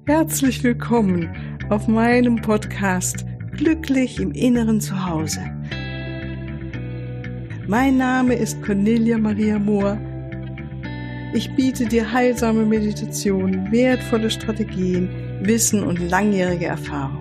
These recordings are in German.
Herzlich willkommen auf meinem Podcast Glücklich im Inneren Zuhause. Mein Name ist Cornelia Maria Mohr. Ich biete dir heilsame Meditationen, wertvolle Strategien, Wissen und langjährige Erfahrungen.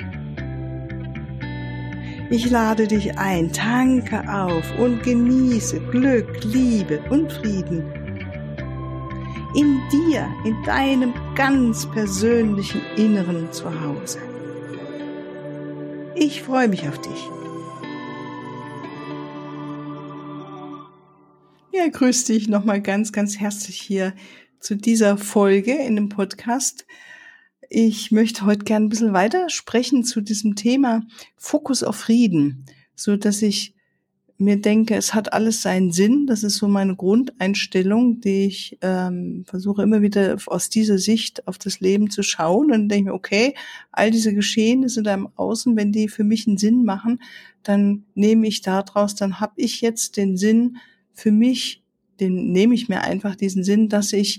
Ich lade dich ein, tanke auf und genieße Glück, Liebe und Frieden. In dir, in deinem ganz persönlichen Inneren Zuhause. Ich freue mich auf dich. Ja, grüß dich nochmal ganz, ganz herzlich hier zu dieser Folge in dem Podcast. Ich möchte heute gerne ein bisschen weiter sprechen zu diesem Thema Fokus auf Frieden, so dass ich mir denke, es hat alles seinen Sinn. Das ist so meine Grundeinstellung, die ich versuche immer wieder aus dieser Sicht auf das Leben zu schauen. Und dann denke ich mir, okay, all diese Geschehnisse da im Außen, wenn die für mich einen Sinn machen, dann nehme ich daraus, dann habe ich jetzt den Sinn für mich, den nehme ich mir einfach diesen Sinn, dass ich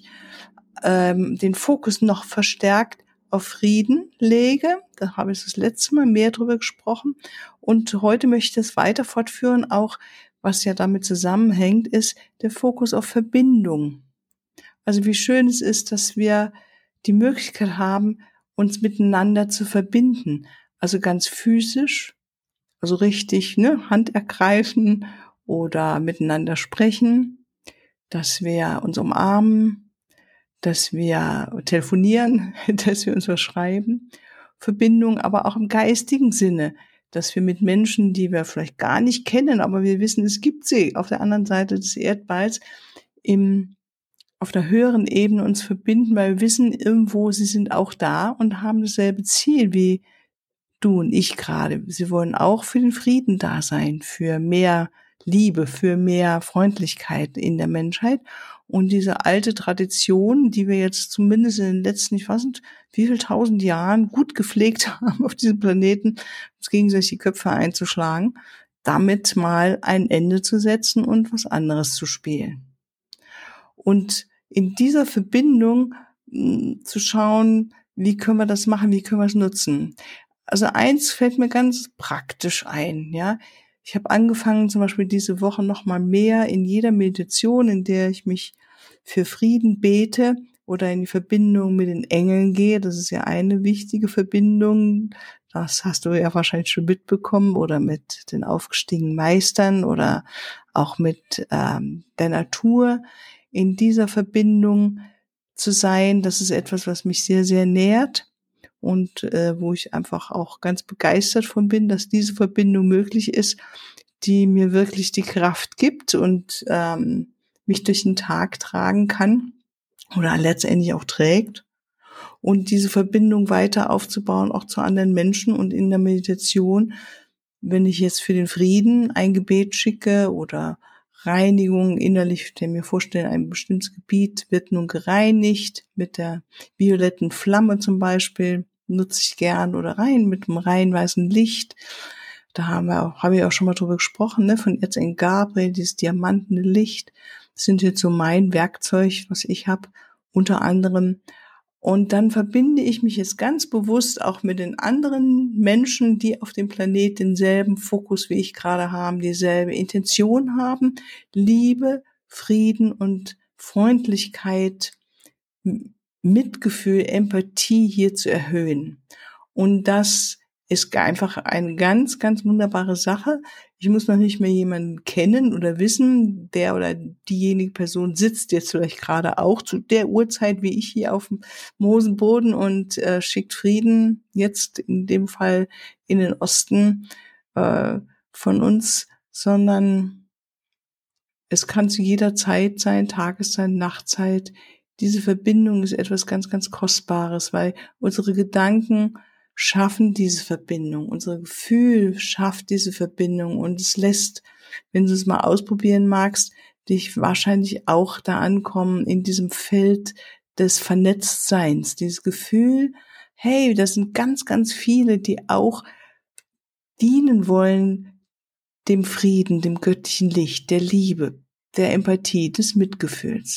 den Fokus noch verstärkt auf Frieden lege. Da habe ich das letzte Mal mehr drüber gesprochen. Und heute möchte ich das weiter fortführen. Auch was ja damit zusammenhängt, ist der Fokus auf Verbindung. Also wie schön es ist, dass wir die Möglichkeit haben, uns miteinander zu verbinden. Also ganz physisch, also richtig, Hand ergreifen oder miteinander sprechen, dass wir uns umarmen, dass wir telefonieren, dass wir uns was schreiben. Verbindung, aber auch im geistigen Sinne, dass wir mit Menschen, die wir vielleicht gar nicht kennen, aber wir wissen, es gibt sie auf der anderen Seite des Erdballs, auf der höheren Ebene uns verbinden, weil wir wissen irgendwo, sie sind auch da und haben dasselbe Ziel wie du und ich gerade. Sie wollen auch für den Frieden da sein, für mehr Liebe, für mehr Freundlichkeit in der Menschheit. Und diese alte Tradition, die wir jetzt zumindest in den letzten, ich weiß nicht, wie viel tausend Jahren gut gepflegt haben auf diesem Planeten, uns gegenseitig die Köpfe einzuschlagen, damit mal ein Ende zu setzen und was anderes zu spielen. Und in dieser Verbindung zu schauen, wie können wir das machen, wie können wir es nutzen. Also eins fällt mir ganz praktisch ein, ja. Ich habe angefangen, zum Beispiel diese Woche noch mal mehr in jeder Meditation, in der ich mich für Frieden bete oder in die Verbindung mit den Engeln gehe. Das ist ja eine wichtige Verbindung. Das hast du ja wahrscheinlich schon mitbekommen oder mit den aufgestiegenen Meistern oder auch mit der Natur. In dieser Verbindung zu sein, das ist etwas, was mich sehr, sehr nährt. Und wo ich einfach auch ganz begeistert von bin, dass diese Verbindung möglich ist, die mir wirklich die Kraft gibt und mich durch den Tag tragen kann oder letztendlich auch trägt. Und diese Verbindung weiter aufzubauen, auch zu anderen Menschen und in der Meditation, wenn ich jetzt für den Frieden ein Gebet schicke oder Reinigung innerlich, ich stelle mir vorstellen, ein bestimmtes Gebiet wird nun gereinigt mit der violetten Flamme zum Beispiel, nutze ich gern oder rein mit dem rein weißen Licht. Da habe ich auch schon mal drüber gesprochen, von Erzengel Gabriel, dieses diamantene Licht. Das sind jetzt so mein Werkzeug, was ich habe, unter anderem. Und dann verbinde ich mich jetzt ganz bewusst auch mit den anderen Menschen, die auf dem Planet denselben Fokus wie ich gerade haben, dieselbe Intention haben, Liebe, Frieden und Freundlichkeit, Mitgefühl, Empathie hier zu erhöhen. Und das ist einfach eine ganz, ganz wunderbare Sache. Ich muss noch nicht mehr jemanden kennen oder wissen, der oder diejenige Person sitzt jetzt vielleicht gerade auch zu der Uhrzeit wie ich hier auf dem Mosenboden und schickt Frieden, jetzt in dem Fall in den Osten von uns, sondern es kann zu jeder Zeit sein, Tageszeit, Nachtzeit. Diese Verbindung ist etwas ganz, ganz Kostbares, weil unsere Gedanken schaffen diese Verbindung. Unser Gefühl schafft diese Verbindung und es lässt, wenn du es mal ausprobieren magst, dich wahrscheinlich auch da ankommen in diesem Feld des Vernetztseins. Dieses Gefühl, hey, das sind ganz, ganz viele, die auch dienen wollen dem Frieden, dem göttlichen Licht, der Liebe, der Empathie, des Mitgefühls.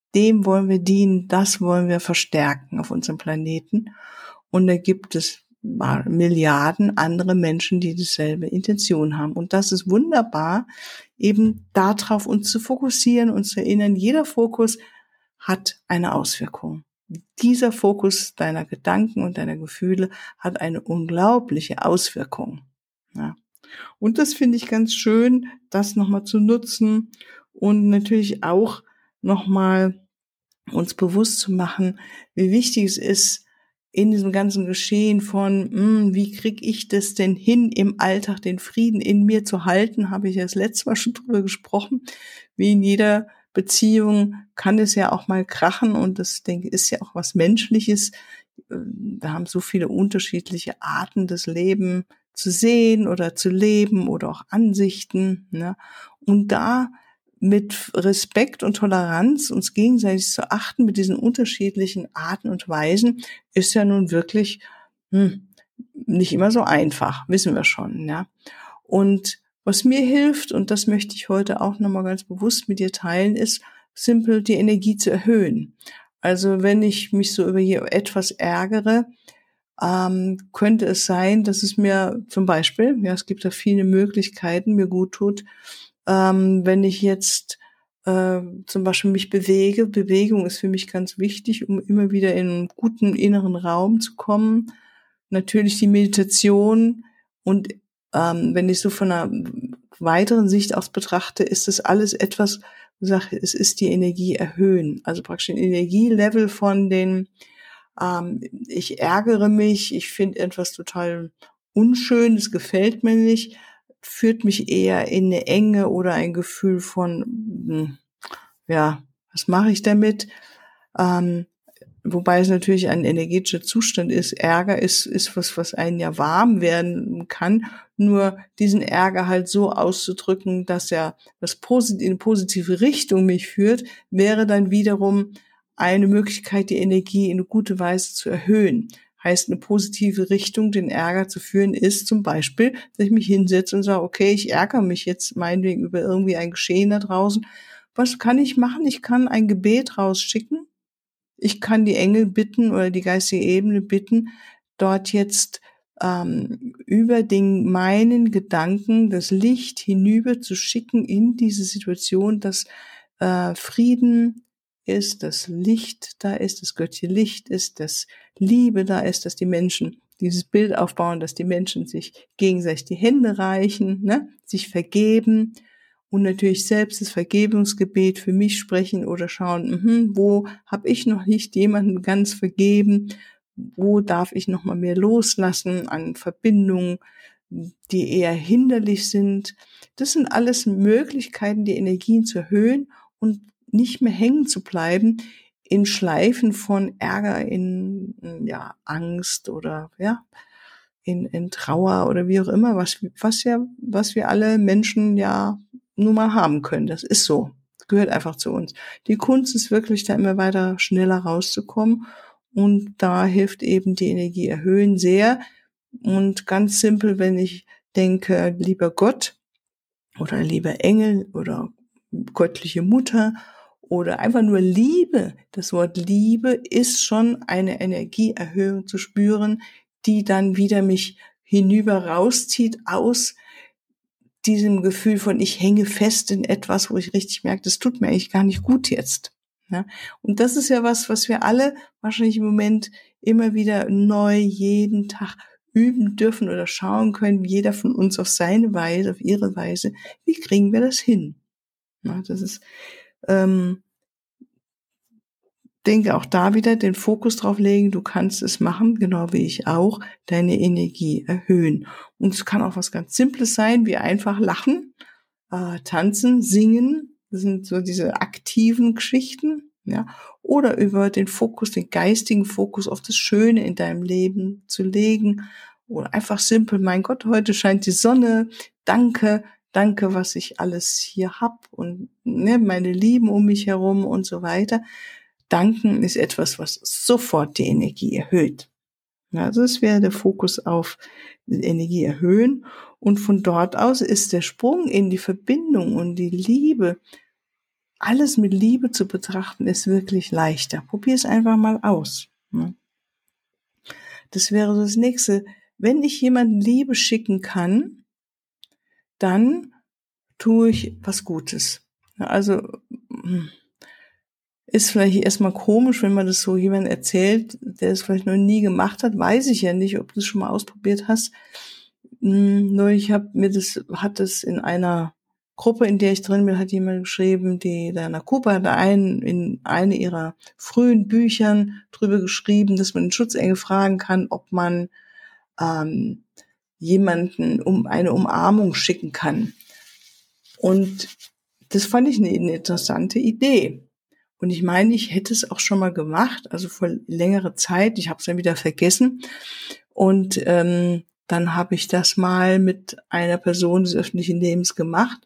dem wollen wir dienen, das wollen wir verstärken auf unserem Planeten. Und da gibt es Milliarden andere Menschen, die dieselbe Intention haben. Und das ist wunderbar, eben darauf uns zu fokussieren, uns zu erinnern, jeder Fokus hat eine Auswirkung. Dieser Fokus deiner Gedanken und deiner Gefühle hat eine unglaubliche Auswirkung. Ja. Und das finde ich ganz schön, das nochmal zu nutzen und natürlich auch nochmal uns bewusst zu machen, wie wichtig es ist, in diesem ganzen Geschehen von, wie kriege ich das denn hin, im Alltag den Frieden in mir zu halten, habe ich ja das letzte Mal schon drüber gesprochen. Wie in jeder Beziehung kann es ja auch mal krachen und das, denke ich, ist ja auch was Menschliches. Wir haben so viele unterschiedliche Arten, das Leben zu sehen oder zu leben oder auch Ansichten, ne? Und da mit Respekt und Toleranz uns gegenseitig zu achten mit diesen unterschiedlichen Arten und Weisen ist ja nun wirklich nicht immer so einfach, wissen wir schon, ja. Und was mir hilft, und das möchte ich heute auch nochmal ganz bewusst mit dir teilen, ist simpel die Energie zu erhöhen. Also wenn ich mich so über hier etwas ärgere, könnte es sein, dass es mir zum Beispiel, ja, es gibt da viele Möglichkeiten, mir gut tut, wenn ich jetzt zum Beispiel mich bewege. Bewegung ist für mich ganz wichtig, um immer wieder in einen guten inneren Raum zu kommen. Natürlich die Meditation und wenn ich so von einer weiteren Sicht aus betrachte, ist das alles etwas, ich sage, es ist die Energie erhöhen. Also praktisch ein Energielevel von den ich ärgere mich, ich finde etwas total unschön, es gefällt mir nicht, führt mich eher in eine Enge oder ein Gefühl von, ja, was mache ich damit? Ähm, Wobei es natürlich ein energetischer Zustand ist. Ärger ist was einen ja warm werden kann. Nur diesen Ärger halt so auszudrücken, dass er in eine positive Richtung mich führt, wäre dann wiederum eine Möglichkeit, die Energie in eine gute Weise zu erhöhen. Heißt, eine positive Richtung, den Ärger zu führen, ist zum Beispiel, dass ich mich hinsetze und sage, okay, ich ärgere mich jetzt meinetwegen über irgendwie ein Geschehen da draußen. Was kann ich machen? Ich kann ein Gebet rausschicken. Ich kann die Engel bitten oder die geistige Ebene bitten, dort jetzt über meinen Gedanken das Licht hinüber zu schicken in diese Situation, dass Frieden ist, dass Licht da ist, dass Göttliche Licht ist, dass Liebe da ist, dass die Menschen dieses Bild aufbauen, dass die Menschen sich gegenseitig die Hände reichen, ne, sich vergeben und natürlich selbst das Vergebungsgebet für mich sprechen oder schauen, wo habe ich noch nicht jemanden ganz vergeben, wo darf ich noch mal mehr loslassen an Verbindungen, die eher hinderlich sind. Das sind alles Möglichkeiten, die Energien zu erhöhen und nicht mehr hängen zu bleiben in Schleifen von Ärger, in Angst oder in Trauer oder wie auch immer, was wir alle Menschen ja nun mal haben können. Das ist so. Das gehört einfach zu uns. Die Kunst ist wirklich, da immer weiter schneller rauszukommen. Und da hilft eben die Energie erhöhen sehr. Und ganz simpel, wenn ich denke, lieber Gott oder lieber Engel oder göttliche Mutter oder einfach nur Liebe. Das Wort Liebe ist schon eine Energieerhöhung zu spüren, die dann wieder mich hinüber rauszieht aus diesem Gefühl von, ich hänge fest in etwas, wo ich richtig merke, das tut mir eigentlich gar nicht gut jetzt. Ja? Und das ist ja was wir alle wahrscheinlich im Moment immer wieder neu jeden Tag üben dürfen oder schauen können, jeder von uns auf seine Weise, auf ihre Weise, wie kriegen wir das hin? Ja, das ist, denke auch da wieder den Fokus drauf legen, du kannst es machen, genau wie ich auch, deine Energie erhöhen. Und es kann auch was ganz Simples sein, wie einfach lachen, tanzen, singen, das sind so diese aktiven Geschichten, ja, oder über den Fokus, den geistigen Fokus auf das Schöne in deinem Leben zu legen, oder einfach simpel, mein Gott, heute scheint die Sonne, danke, was ich alles hier hab und meine Lieben um mich herum und so weiter. Danken ist etwas, was sofort die Energie erhöht. Also es wäre der Fokus auf die Energie erhöhen und von dort aus ist der Sprung in die Verbindung und die Liebe alles mit Liebe zu betrachten, ist wirklich leichter. Probier es einfach mal aus. Ne? Das wäre so das Nächste. Wenn ich jemandem Liebe schicken kann, dann tue ich was Gutes. Also ist vielleicht erstmal komisch, wenn man das so jemandem erzählt, der es vielleicht noch nie gemacht hat, weiß ich ja nicht, ob du es schon mal ausprobiert hast. Nur ich hat es in einer Gruppe, in der ich drin bin, hat jemand geschrieben, die Dana Cooper hat in eine ihrer frühen Büchern drüber geschrieben, dass man den Schutzengel fragen kann, ob man jemanden um eine Umarmung schicken kann. Und das fand ich eine interessante Idee. Und ich meine, ich hätte es auch schon mal gemacht, also vor längerer Zeit. Ich habe es dann wieder vergessen. Und dann habe ich das mal mit einer Person des öffentlichen Lebens gemacht,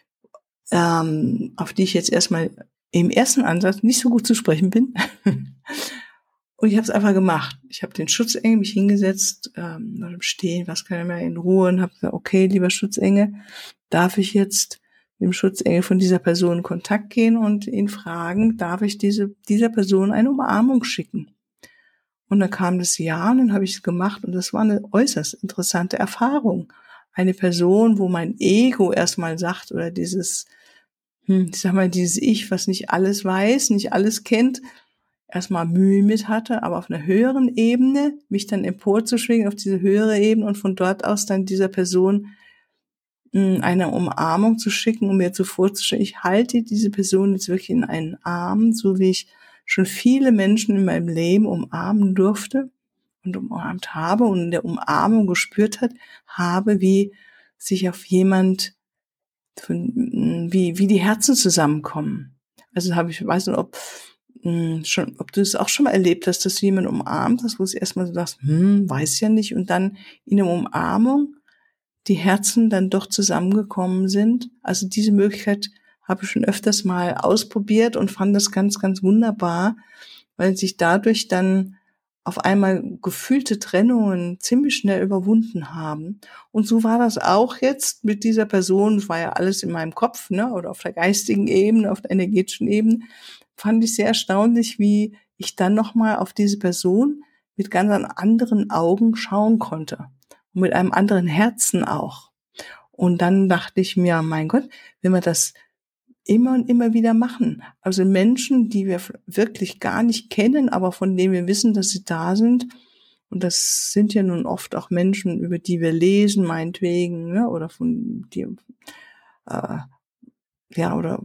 auf die ich jetzt erstmal im ersten Ansatz nicht so gut zu sprechen bin. Und ich habe es einfach gemacht. Ich habe den Schutzengel mich hingesetzt, im Stehen, was kann ich mehr in Ruhe, und habe gesagt, okay, lieber Schutzengel, darf ich jetzt mit dem Schutzengel von dieser Person in Kontakt gehen und ihn fragen, darf ich dieser Person eine Umarmung schicken? Und dann kam das Ja, und dann habe ich es gemacht, und das war eine äußerst interessante Erfahrung. Eine Person, wo mein Ego erstmal sagt, oder dieses Ich, was nicht alles weiß, nicht alles kennt, erstmal Mühe mit hatte, aber auf einer höheren Ebene, mich dann emporzuschwingen auf diese höhere Ebene und von dort aus dann dieser Person eine Umarmung zu schicken, um mir so vorzustellen, ich halte diese Person jetzt wirklich in einen Arm, so wie ich schon viele Menschen in meinem Leben umarmen durfte und umarmt habe und in der Umarmung gespürt habe, wie sich auf jemand, wie die Herzen zusammenkommen. Also weiß nicht, ob du es auch schon mal erlebt hast, dass du jemanden umarmt hast, wo du erstmal so sagst, weiß ja nicht, und dann in der Umarmung die Herzen dann doch zusammengekommen sind. Also diese Möglichkeit habe ich schon öfters mal ausprobiert und fand das ganz, ganz wunderbar, weil sich dadurch dann auf einmal gefühlte Trennungen ziemlich schnell überwunden haben. Und so war das auch jetzt mit dieser Person. Es war ja alles in meinem Kopf, ne, oder auf der geistigen Ebene, auf der energetischen Ebene. Fand ich sehr erstaunlich, wie ich dann nochmal auf diese Person mit ganz anderen Augen schauen konnte. Und mit einem anderen Herzen auch. Und dann dachte ich mir, mein Gott, wenn wir das immer und immer wieder machen, also Menschen, die wir wirklich gar nicht kennen, aber von denen wir wissen, dass sie da sind, und das sind ja nun oft auch Menschen, über die wir lesen, meinetwegen, ne, oder von die, oder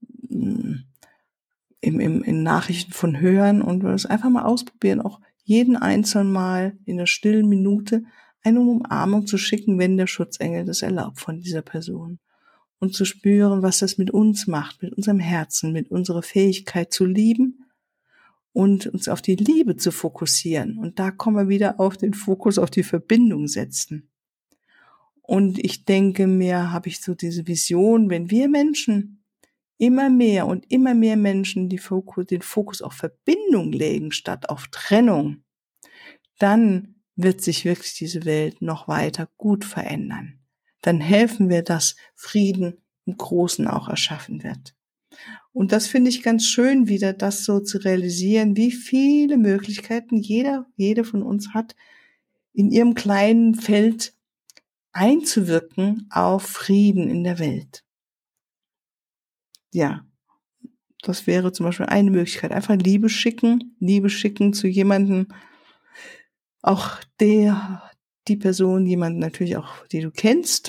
in Nachrichten von hören, und wir das einfach mal ausprobieren, auch jeden einzelnen Mal in der stillen Minute eine Umarmung zu schicken, wenn der Schutzengel das erlaubt von dieser Person. Und zu spüren, was das mit uns macht, mit unserem Herzen, mit unserer Fähigkeit zu lieben und uns auf die Liebe zu fokussieren. Und da kommen wir wieder auf den Fokus, auf die Verbindung setzen. Und ich denke mir, habe ich so diese Vision, wenn wir Menschen immer mehr und immer mehr Menschen den Fokus auf Verbindung legen, statt auf Trennung, dann wird sich wirklich diese Welt noch weiter gut verändern. Dann helfen wir, dass Frieden im Großen auch erschaffen wird. Und das finde ich ganz schön, wieder das so zu realisieren, wie viele Möglichkeiten jede von uns hat, in ihrem kleinen Feld einzuwirken auf Frieden in der Welt. Ja, das wäre zum Beispiel eine Möglichkeit. Einfach Liebe schicken zu jemandem, auch die Person, jemanden natürlich auch, die du kennst,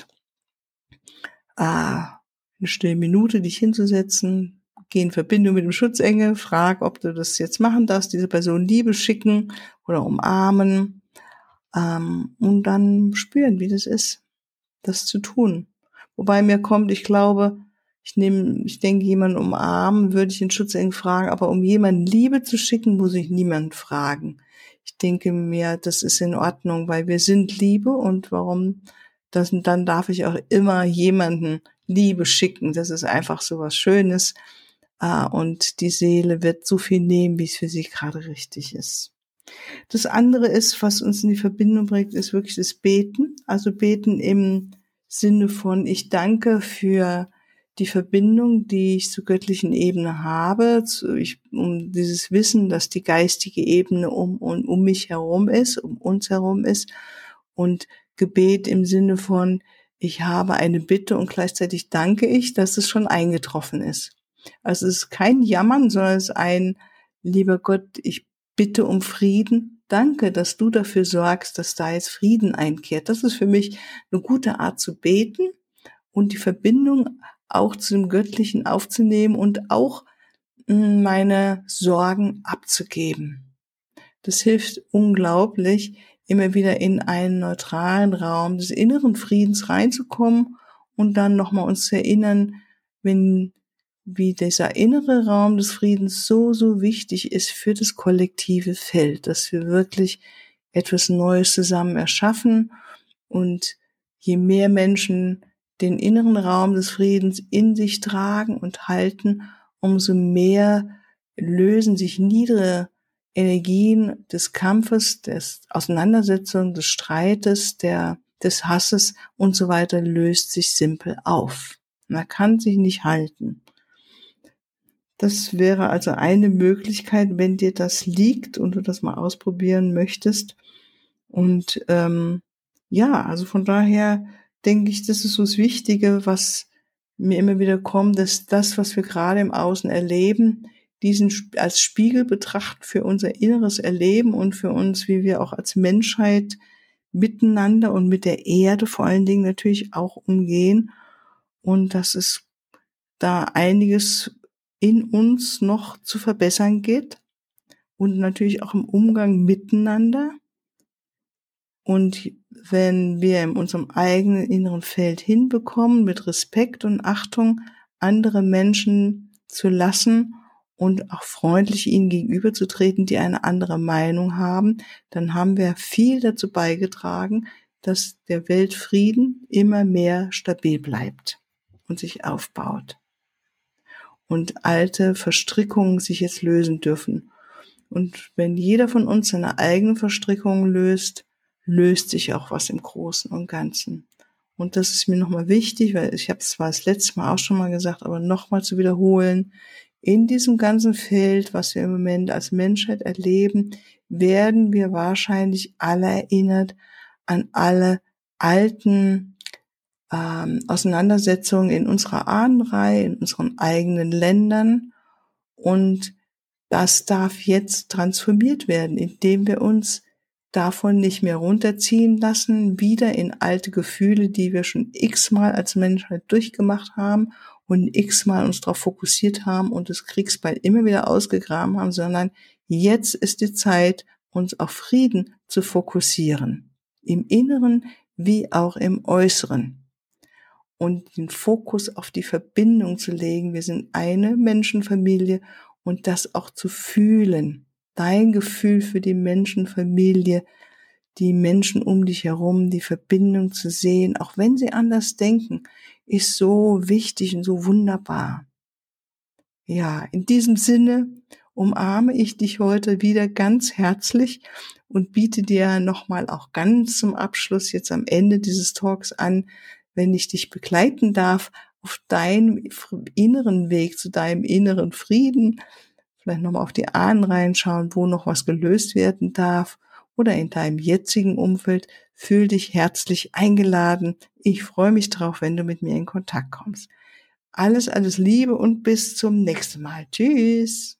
eine stille Minute dich hinzusetzen, geh in Verbindung mit dem Schutzengel, frag, ob du das jetzt machen darfst, diese Person Liebe schicken oder umarmen, und dann spüren, wie das ist, das zu tun. Wobei mir kommt, ich glaube, ich denke, jemanden umarmen würde ich den Schutzengel fragen, aber um jemanden Liebe zu schicken, muss ich niemanden fragen. Ich denke mir, das ist in Ordnung, weil wir sind Liebe, und dann darf ich auch immer jemanden Liebe schicken. Das ist einfach so was Schönes, und die Seele wird so viel nehmen, wie es für sie gerade richtig ist. Das andere ist, was uns in die Verbindung bringt, ist wirklich das Beten. Also Beten im Sinne von, ich danke für die Verbindung, die ich zur göttlichen Ebene habe, um dieses Wissen, dass die geistige Ebene um mich herum ist, um uns herum ist, und Gebet im Sinne von, ich habe eine Bitte und gleichzeitig danke ich, dass es schon eingetroffen ist. Also es ist kein Jammern, sondern es ist ein, lieber Gott, ich bitte um Frieden. Danke, dass du dafür sorgst, dass da jetzt Frieden einkehrt. Das ist für mich eine gute Art zu beten und die Verbindung auch zu dem Göttlichen aufzunehmen und auch meine Sorgen abzugeben. Das hilft unglaublich, immer wieder in einen neutralen Raum des inneren Friedens reinzukommen und dann nochmal uns zu erinnern, wie dieser innere Raum des Friedens so wichtig ist für das kollektive Feld, dass wir wirklich etwas Neues zusammen erschaffen. Und je mehr Menschen den inneren Raum des Friedens in sich tragen und halten, umso mehr lösen sich niedere Energien des Kampfes, des Auseinandersetzung, des Streites, des Hasses und so weiter löst sich simpel auf. Man kann sich nicht halten. Das wäre also eine Möglichkeit, wenn dir das liegt und du das mal ausprobieren möchtest. Und ja, also von daher denke ich, das ist so das Wichtige, was mir immer wieder kommt, dass das, was wir gerade im Außen erleben, diesen als Spiegel betrachten für unser inneres Erleben und für uns, wie wir auch als Menschheit miteinander und mit der Erde vor allen Dingen natürlich auch umgehen. Und dass es da einiges in uns noch zu verbessern geht und natürlich auch im Umgang miteinander. Und wenn wir in unserem eigenen inneren Feld hinbekommen, mit Respekt und Achtung andere Menschen zu lassen und auch freundlich ihnen gegenüberzutreten, die eine andere Meinung haben, dann haben wir viel dazu beigetragen, dass der Weltfrieden immer mehr stabil bleibt und sich aufbaut und alte Verstrickungen sich jetzt lösen dürfen. Und wenn jeder von uns seine eigenen Verstrickungen löst, löst sich auch was im Großen und Ganzen. Und das ist mir nochmal wichtig, weil ich habe es zwar das letzte Mal auch schon mal gesagt, aber nochmal zu wiederholen, in diesem ganzen Feld, was wir im Moment als Menschheit erleben, werden wir wahrscheinlich alle erinnert an alle alten Auseinandersetzungen in unserer Ahnenreihe, in unseren eigenen Ländern. Und das darf jetzt transformiert werden, indem wir uns davon nicht mehr runterziehen lassen, wieder in alte Gefühle, die wir schon x-mal als Menschheit durchgemacht haben und x-mal uns darauf fokussiert haben und das Kriegsbeil immer wieder ausgegraben haben, sondern jetzt ist die Zeit, uns auf Frieden zu fokussieren, im Inneren wie auch im Äußeren. Und den Fokus auf die Verbindung zu legen. Wir sind eine Menschenfamilie und das auch zu fühlen. Dein Gefühl für die Menschenfamilie, die Menschen um dich herum, die Verbindung zu sehen, auch wenn sie anders denken, ist so wichtig und so wunderbar. Ja, in diesem Sinne umarme ich dich heute wieder ganz herzlich und biete dir nochmal auch ganz zum Abschluss jetzt am Ende dieses Talks an, wenn ich dich begleiten darf auf deinem inneren Weg zu deinem inneren Frieden, vielleicht nochmal auf die Ahnen reinschauen, wo noch was gelöst werden darf oder in deinem jetzigen Umfeld, fühl dich herzlich eingeladen. Ich freue mich drauf, wenn du mit mir in Kontakt kommst. Alles Liebe und bis zum nächsten Mal. Tschüss.